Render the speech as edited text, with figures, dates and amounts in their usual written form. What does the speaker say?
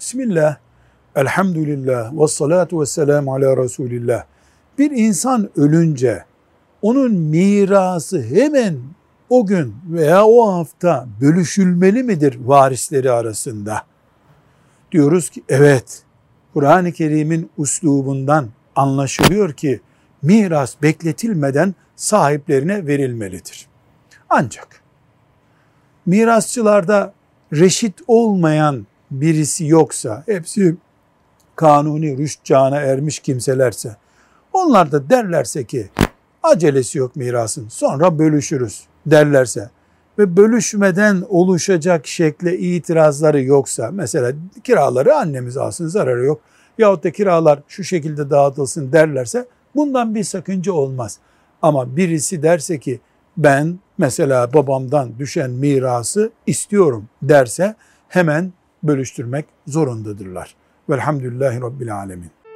Bismillah, elhamdülillah, ve salatu ve selamu ala Resulillah. Bir insan ölünce onun mirası hemen o gün veya o hafta bölüşülmeli midir varisleri arasında? Diyoruz ki evet, Kur'an-ı Kerim'in üslubundan anlaşılıyor ki miras bekletilmeden sahiplerine verilmelidir. Ancak mirasçılarda reşit olmayan birisi yoksa, hepsi kanuni rüşt çağına ermiş kimselerse, onlar da derlerse ki acelesi yok mirasın, sonra bölüşürüz derlerse ve bölüşmeden oluşacak şekle itirazları yoksa, mesela kiraları annemiz alsın zararı yok yahut da kiralar şu şekilde dağıtılsın derlerse bundan bir sakınca olmaz. Ama birisi derse ki ben mesela babamdan düşen mirası istiyorum derse hemen bölüştürmek zorundadırlar. Velhamdülillahi Rabbil Alemin.